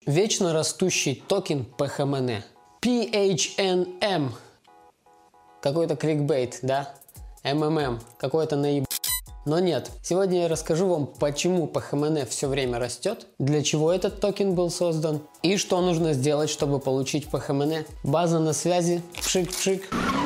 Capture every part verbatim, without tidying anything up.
Вечно растущий токен пи эйч эм эн. пи эйч эн эм. Какой-то кликбейт, да? эм эм эм. Какой-то наеб... Но нет. Сегодня я расскажу вам, почему пи эйч эм эн все время растет, для чего этот токен был создан и что нужно сделать, чтобы получить пи эйч эм эн. База на связи. Пшик-пшик.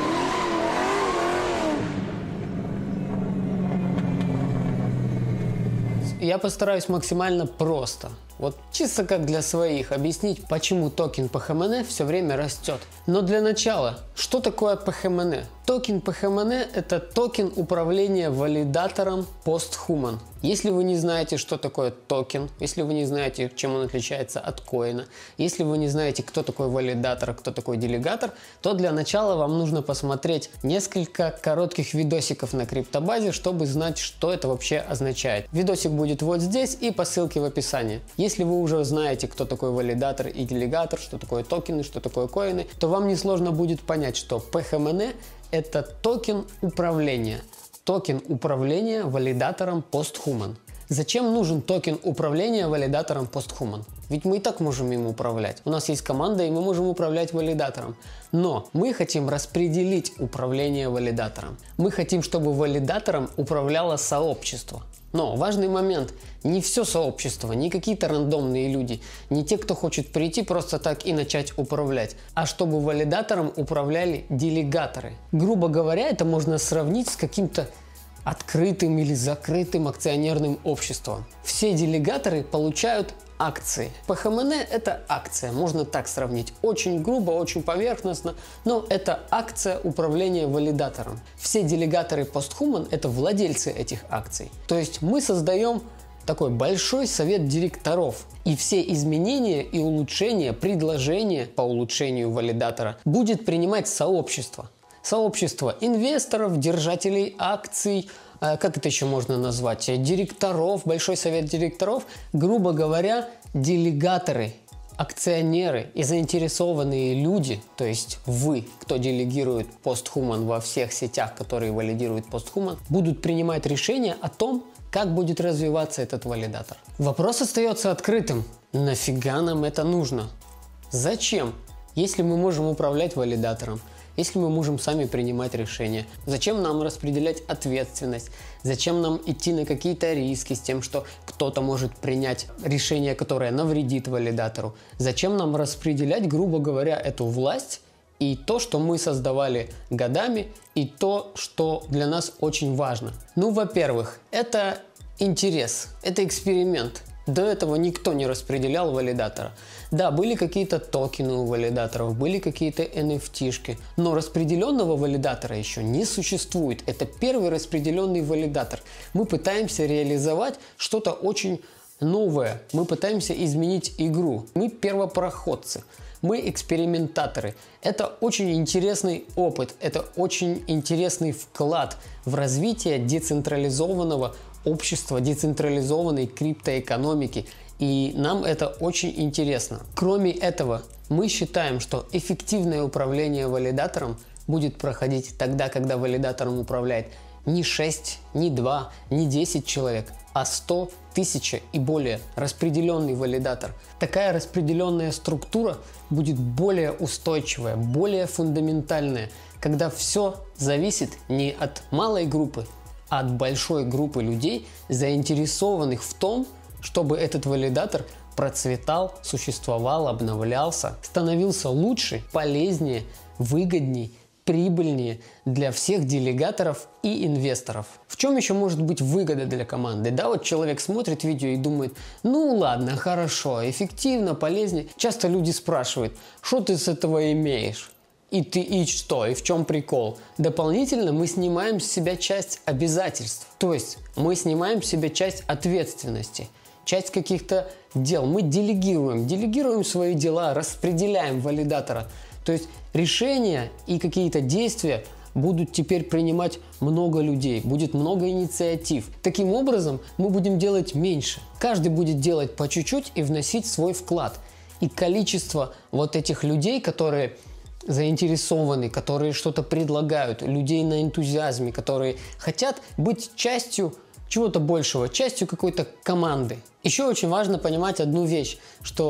Я постараюсь максимально просто, вот чисто как для своих, объяснить, почему токен пи эйч эм эн все время растет. Но для начала, что такое пи эйч эм эн? Токен пи эйч эм эн – это токен управления валидатором постхуман. Если вы не знаете, что такое токен, если вы не знаете, чем он отличается от коина, если вы не знаете, кто такой валидатор, кто такой делегатор, то для начала вам нужно посмотреть несколько коротких видосиков на криптобазе, чтобы знать, что это вообще означает. Видосик будет вот здесь и по ссылке в описании. Если вы уже знаете, кто такой валидатор и делегатор, что такое токены, что такое коины, то вам несложно будет понять, что пи эйч эм эн – это токен управления. Токен управления валидатором постхуман. Зачем нужен токен управления валидатором постхуман? Ведь мы и так можем им управлять. У нас есть команда, и мы можем управлять валидатором. Но мы хотим распределить управление валидатором. Мы хотим, чтобы валидатором управляло сообщество. Но важный момент, не все сообщество, не какие-то рандомные люди, не те, кто хочет прийти просто так и начать управлять, а чтобы валидатором управляли делегаторы. Грубо говоря, это можно сравнить с каким-то открытым или закрытым акционерным обществом. Все делегаторы получают акции. пи эйч эм эн – это акция, можно так сравнить. Очень грубо, очень поверхностно, но это акция управления валидатором. Все делегаторы постхуман – это владельцы этих акций. То есть мы создаем такой большой совет директоров. И все изменения и улучшения, предложения по улучшению валидатора будет принимать сообщество. Сообщество инвесторов, держателей акций, как это еще можно назвать, директоров, большой совет директоров, грубо говоря, делегаторы, акционеры и заинтересованные люди, то есть вы, кто делегирует постхуман во всех сетях, которые валидируют постхуман, будут принимать решения о том, как будет развиваться этот валидатор. Вопрос остается открытым. Нафига нам это нужно? Зачем? Если мы можем управлять валидатором, если мы можем сами принимать решения, зачем нам распределять ответственность, зачем нам идти на какие-то риски с тем, что кто-то может принять решение, которое навредит валидатору, зачем нам распределять, грубо говоря, эту власть и то, что мы создавали годами, и то, что для нас очень важно. Ну, во-первых, это интерес, это эксперимент. До этого никто не распределял валидатора. Да, были какие-то токены у валидаторов, были какие-то эн эф ти-шки, но распределенного валидатора еще не существует. Это первый распределенный валидатор. Мы пытаемся реализовать что-то очень новое. Мы пытаемся изменить игру. Мы первопроходцы. Мы экспериментаторы. Это очень интересный опыт. Это очень интересный вклад в развитие децентрализованного общества, децентрализованной криптоэкономики. И нам это очень интересно. Кроме этого, мы считаем, что эффективное управление валидатором будет проходить тогда, когда валидатором управляет не шесть, не два, не десять человек, а сто, тысяча и более. Распределенный валидатор. Такая распределенная структура будет более устойчивая, более фундаментальная, когда все зависит не от малой группы, а от большой группы людей, заинтересованных в том, чтобы этот валидатор процветал, существовал, обновлялся, становился лучше, полезнее, выгоднее, прибыльнее для всех делегаторов и инвесторов. В чем еще может быть выгода для команды? Да, вот человек смотрит видео и думает, ну ладно, хорошо, эффективно, полезнее. Часто люди спрашивают, что ты с этого имеешь? И ты, и что, и в чем прикол? Дополнительно мы снимаем с себя часть обязательств. То есть мы снимаем с себя часть ответственности, часть каких-то дел. Мы делегируем, делегируем свои дела, распределяем валидатора. То есть решения и какие-то действия будут теперь принимать много людей, будет много инициатив. Таким образом мы будем делать меньше. Каждый будет делать по чуть-чуть и вносить свой вклад. И количество вот этих людей, которые заинтересованы, которые что-то предлагают, людей на энтузиазме, которые хотят быть частью чего-то большего, частью какой-то команды. Еще очень важно понимать одну вещь, что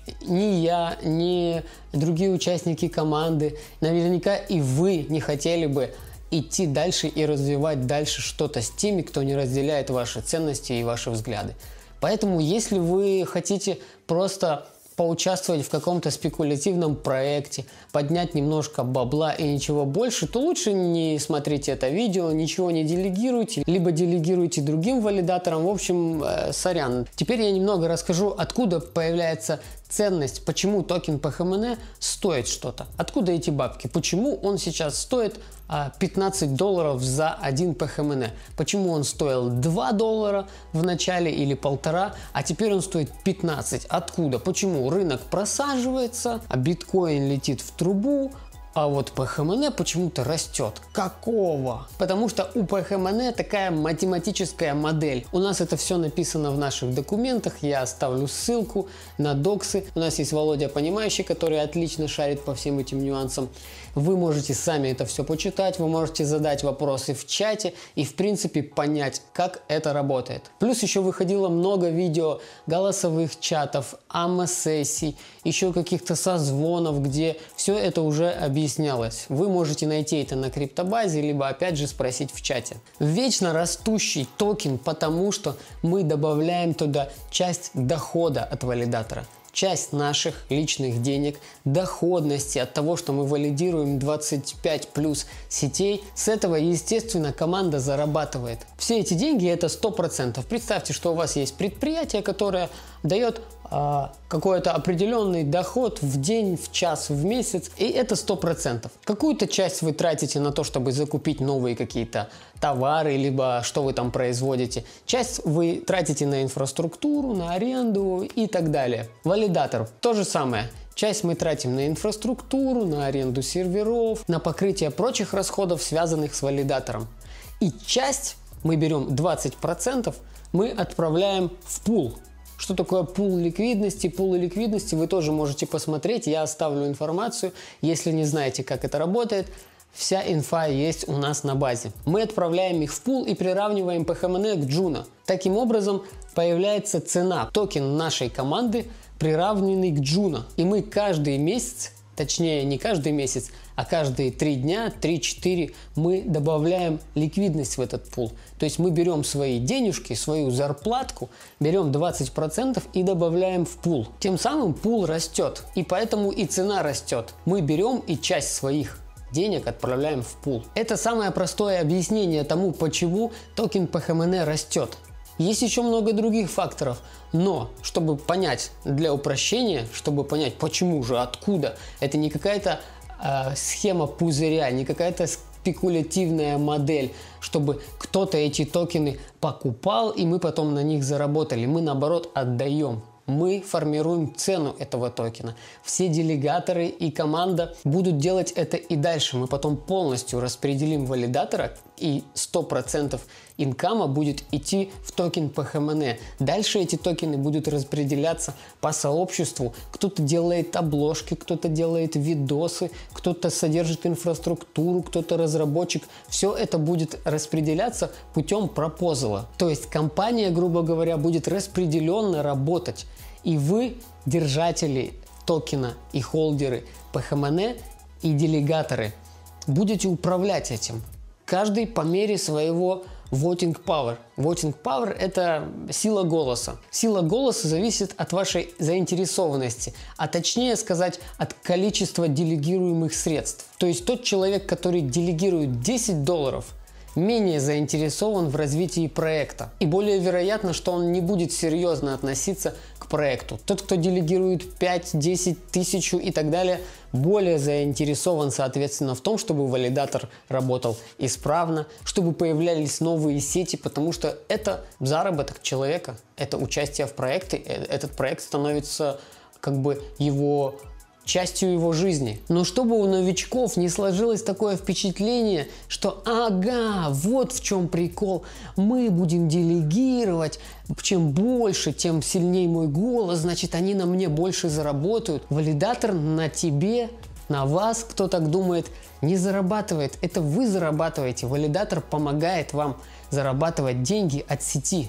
ни я, ни другие участники команды, наверняка и вы не хотели бы идти дальше и развивать дальше что-то с теми, кто не разделяет ваши ценности и ваши взгляды. Поэтому, если вы хотите просто поучаствовать в каком-то спекулятивном проекте, поднять немножко бабла и ничего больше, то лучше не смотрите это видео, ничего не делегируйте, либо делегируйте другим валидаторам. В общем, э, сорян. Теперь я немного расскажу, откуда появляется ценность, почему токен пэ ха эм эн стоит что-то. Откуда эти бабки? Почему он сейчас стоит пятнадцать долларов за один пэ ха эм эн? Почему он стоил два доллара в начале или полтора, а теперь он стоит пятнадцать? Откуда? Почему? Рынок просаживается, а биткоин летит в трубу, а вот пэ ха эм эн почему-то растет. Какого? Потому что у пэ ха эм эн такая математическая модель. У нас это все написано в наших документах. Я оставлю ссылку на доксы. У нас есть Володя Понимающий, который отлично шарит по всем этим нюансам. Вы можете сами это все почитать, вы можете задать вопросы в чате и в принципе понять, как это работает. Плюс еще выходило много видео, голосовых чатов, эй эм эс-сессий, еще каких-то созвонов, где все это уже объяснялось. Вы можете найти это на криптобазе, либо опять же спросить в чате. Вечно растущий токен, потому что мы добавляем туда часть дохода от валидатора. Часть наших личных денег, доходности от того, что мы валидируем двадцать пять плюс сетей. С этого, естественно, команда зарабатывает. Все эти деньги это сто процентов. Представьте, что у вас есть предприятие, которое дает э, какой-то определенный доход в день, в час, в месяц, и это сто процентов. Какую-то часть вы тратите на то, чтобы закупить новые какие-то товары, либо что вы там производите. Часть вы тратите на инфраструктуру, на аренду и так далее. Валидатор то же самое. Часть мы тратим на инфраструктуру, на аренду серверов, на покрытие прочих расходов, связанных с валидатором. И часть, мы берем двадцать процентов, мы отправляем в пул. Что такое пул ликвидности? Пулы ликвидности вы тоже можете посмотреть. Я оставлю информацию. Если не знаете, как это работает, вся инфа есть у нас на базе. Мы отправляем их в пул и приравниваем пэ ха эм эн к Джуно. Таким образом появляется цена. Токен нашей команды приравненный к Джуно. И мы каждый месяц, точнее не каждый месяц, а каждые три дня, три-четыре мы добавляем ликвидность в этот пул. То есть мы берем свои денежки, свою зарплатку, берем двадцать процентов и добавляем в пул. Тем самым пул растет. И поэтому и цена растет. Мы берем и часть своих денег отправляем в пул. Это самое простое объяснение тому, почему токен пэ ха эм эн растет. Есть еще много других факторов, но чтобы понять, для упрощения, чтобы понять, почему же, откуда, это не какая-то э, схема пузыря, не какая-то спекулятивная модель, чтобы кто-то эти токены покупал и мы потом на них заработали. Мы наоборот отдаем. Мы формируем цену этого токена. Все делегаторы и команда будут делать это и дальше. Мы потом полностью распределим валидатора, и сто процентов инкама будет идти в токен пэ ха эм эн. Дальше эти токены будут распределяться по сообществу. Кто-то делает обложки, кто-то делает видосы, кто-то содержит инфраструктуру, кто-то разработчик. Все это будет распределяться путем пропозала. То есть компания, грубо говоря, будет распределенно работать. И вы, держатели токена и холдеры пэ ха эм эн и делегаторы, будете управлять этим. Каждый по мере своего voting power. Voting power – это сила голоса. Сила голоса зависит от вашей заинтересованности, а точнее сказать, от количества делегируемых средств. То есть тот человек, который делегирует десять долларов, менее заинтересован в развитии проекта. И более вероятно, что он не будет серьезно относиться к проекту. Тот, кто делегирует пять, десять, тысячу и так далее, более заинтересован, соответственно, в том, чтобы валидатор работал исправно, чтобы появлялись новые сети, потому что это заработок человека, это участие в проекте, этот проект становится как бы его частью его жизни. Но чтобы у новичков не сложилось такое впечатление, что ага, вот в чем прикол, мы будем делегировать, чем больше, тем сильнее мой голос, значит они на мне больше заработают. Валидатор на тебе, на вас, кто так думает, не зарабатывает. Это вы зарабатываете. Валидатор помогает вам зарабатывать деньги от сети.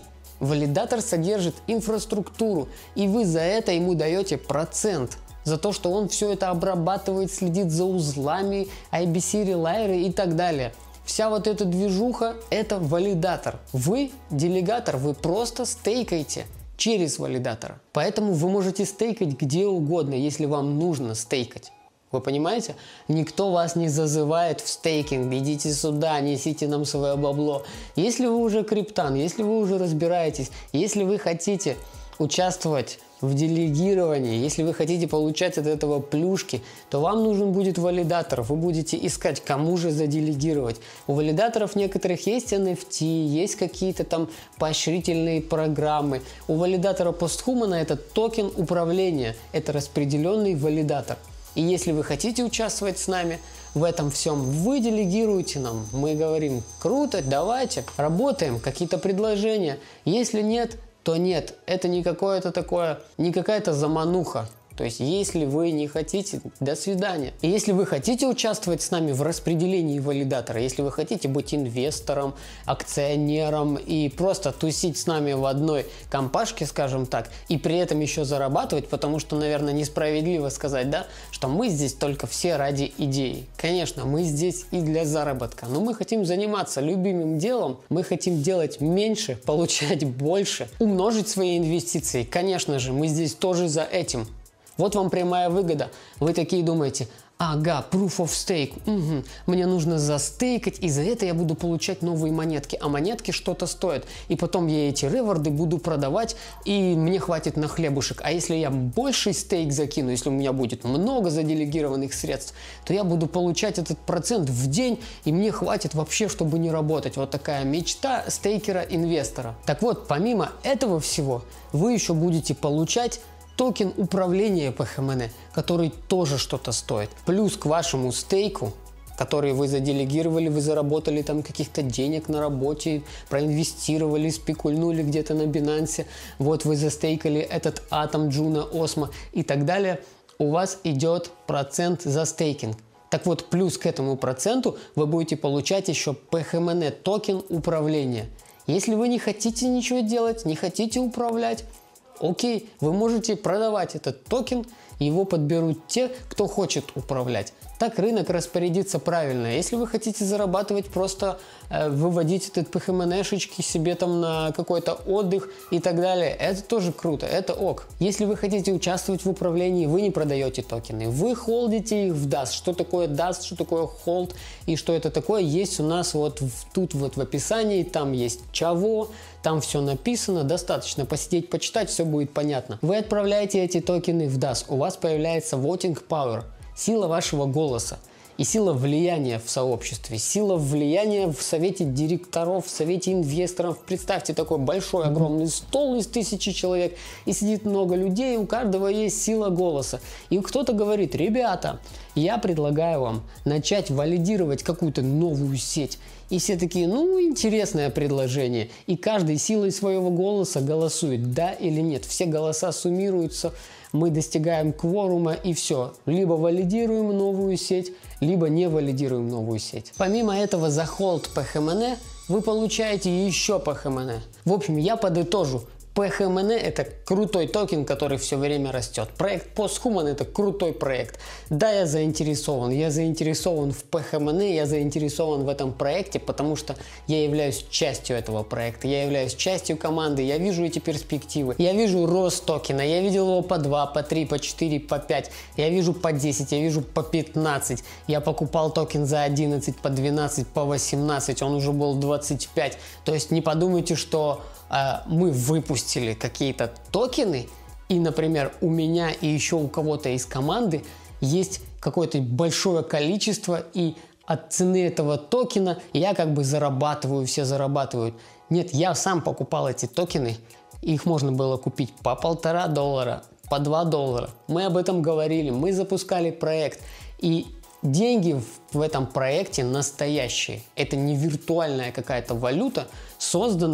Валидатор содержит инфраструктуру, и вы за это ему даете процент. За то, что он все это обрабатывает, следит за узлами, ай би си релайеры и так далее. Вся вот эта движуха – это валидатор. Вы делегатор, вы просто стейкаете через валидатора. Поэтому вы можете стейкать где угодно, если вам нужно стейкать. Вы понимаете? Никто вас не зазывает в стейкинг. Идите сюда, несите нам свое бабло. Если вы уже криптан, если вы уже разбираетесь, если вы хотите участвовать в делегировании, если вы хотите получать от этого плюшки, то вам нужен будет валидатор. Вы будете искать, кому же заделегировать. У валидаторов некоторых есть эн эф ти, есть какие-то там поощрительные программы. У валидатора постхумана это токен управления, это распределенный валидатор. И если вы хотите участвовать с нами в этом всем, вы делегируете нам. Мы говорим: круто, давайте, работаем, какие-то предложения. Если нет, то нет. Это не какое-то такое, не какая-то замануха. То есть, если вы не хотите, до свидания. И если вы хотите участвовать с нами в распределении валидатора, если вы хотите быть инвестором, акционером и просто тусить с нами в одной компашке, скажем так, и при этом еще зарабатывать, потому что, наверное, несправедливо сказать, да, что мы здесь только все ради идеи. Конечно, мы здесь и для заработка, но мы хотим заниматься любимым делом, мы хотим делать меньше, получать больше, умножить свои инвестиции. Конечно же, мы здесь тоже за этим. Вот вам прямая выгода. Вы такие думаете: ага, proof of stake, угу. Мне нужно застейкать, и за это я буду получать новые монетки. А монетки что-то стоят. И потом я эти реворды буду продавать, и мне хватит на хлебушек. А если я больший стейк закину, если у меня будет много заделегированных средств, то я буду получать этот процент в день, и мне хватит вообще, чтобы не работать. Вот такая мечта стейкера-инвестора. Так вот, помимо этого всего, вы еще будете получать токен управления пэ эйч эм эн, который тоже что-то стоит. Плюс к вашему стейку, который вы заделегировали, вы заработали там каких-то денег на работе, проинвестировали, спекульнули где-то на Binance, вот вы застейкали этот атом, Джуна, Осмо и так далее, у вас идет процент за стейкинг. Так вот, плюс к этому проценту вы будете получать еще пэ эйч эм эн токен управления. Если вы не хотите ничего делать, не хотите управлять, окей, вы можете продавать этот токен, его подберут те, кто хочет управлять. Так рынок распорядится правильно. Если вы хотите зарабатывать, просто э, выводить этот пэ эйч эм эн-шечки себе там на какой-то отдых и так далее, это тоже круто, это ок. Если вы хотите участвовать в управлении, вы не продаете токены, вы холдите их в даст. Что такое даст, что такое холд и что это такое, есть у нас вот в, тут вот в описании, там есть чего, там все написано, достаточно посидеть, почитать, все будет понятно. Вы отправляете эти токены в даст, у вас появляется voting power. Сила вашего голоса и сила влияния в сообществе, сила влияния в совете директоров, в совете инвесторов. Представьте такой большой огромный стол из тысячи человек, и сидит много людей, у каждого есть сила голоса. И кто-то говорит: ребята, я предлагаю вам начать валидировать какую-то новую сеть. И все такие: ну, интересное предложение. И каждый силой своего голоса голосует, да или нет. Все голоса суммируются, мы достигаем кворума, и все. Либо валидируем новую сеть, либо не валидируем новую сеть. Помимо этого, за холд пэ эйч эм эн вы получаете еще пэ эйч эм эн. В общем, я подытожу. пэ эйч эм эн – это крутой токен, который все время растет. Проект Posthuman – это крутой проект. Да, я заинтересован. Я заинтересован в пэ эйч эм эн, я заинтересован в этом проекте, потому что я являюсь частью этого проекта. Я являюсь частью команды, я вижу эти перспективы. Я вижу рост токена, я видел его по два, по три, по четыре, по пять. Я вижу по десять, я вижу по пятнадцать. Я покупал токен за одиннадцать, по двенадцать, по восемнадцать. Он уже был двадцать пять. То есть не подумайте, что мы выпустили какие-то токены, и, например, у меня и еще у кого-то из команды есть какое-то большое количество, и от цены этого токена я как бы зарабатываю, все зарабатывают. Нет, я сам покупал эти токены, их можно было купить по полтора доллара, по два доллара. Мы об этом говорили, мы запускали проект, и деньги в этом проекте настоящие. Это не виртуальная какая-то валюта, созданная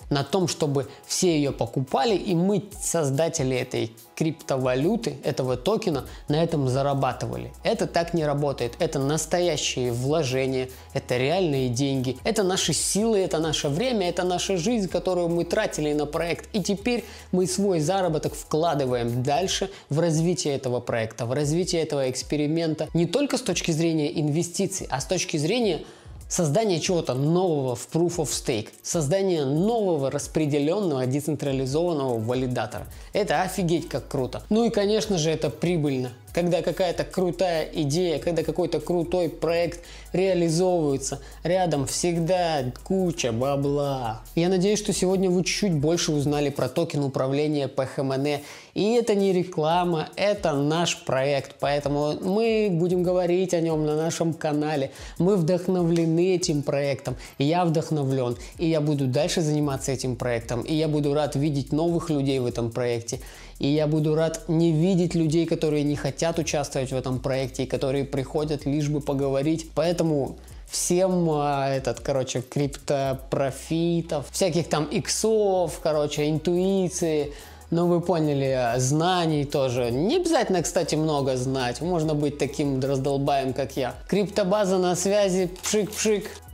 на том, чтобы все ее покупали, и мы, создатели этой криптовалюты, этого токена, на этом зарабатывали. Это так не работает. Это настоящие вложения, это реальные деньги, это наши силы, это наше время, это наша жизнь, которую мы тратили на проект. И теперь мы свой заработок вкладываем дальше в развитие этого проекта, в развитие этого эксперимента. Не только с точки зрения инвестиций, а с точки зрения создание чего-то нового в Proof of Stake, создание нового распределенного децентрализованного валидатора. Это офигеть как круто. Ну и конечно же это прибыльно. Когда какая-то крутая идея, когда какой-то крутой проект реализовывается, рядом всегда куча бабла. Я надеюсь, что сегодня вы чуть больше узнали про токен управления пэ эйч эм эн. И это не реклама, это наш проект, поэтому мы будем говорить о нем на нашем канале. Мы вдохновлены этим проектом, я вдохновлен, и я буду дальше заниматься этим проектом, и я буду рад видеть новых людей в этом проекте. И я буду рад не видеть людей, которые не хотят участвовать в этом проекте и которые приходят лишь бы поговорить. Поэтому всем а, этот, короче, криптопрофитов, всяких там иксов, короче, интуиции, ну вы поняли, знаний тоже. Не обязательно, кстати, много знать. Можно быть таким раздолбаем, как я. Криптобаза на связи. Пшик-пшик.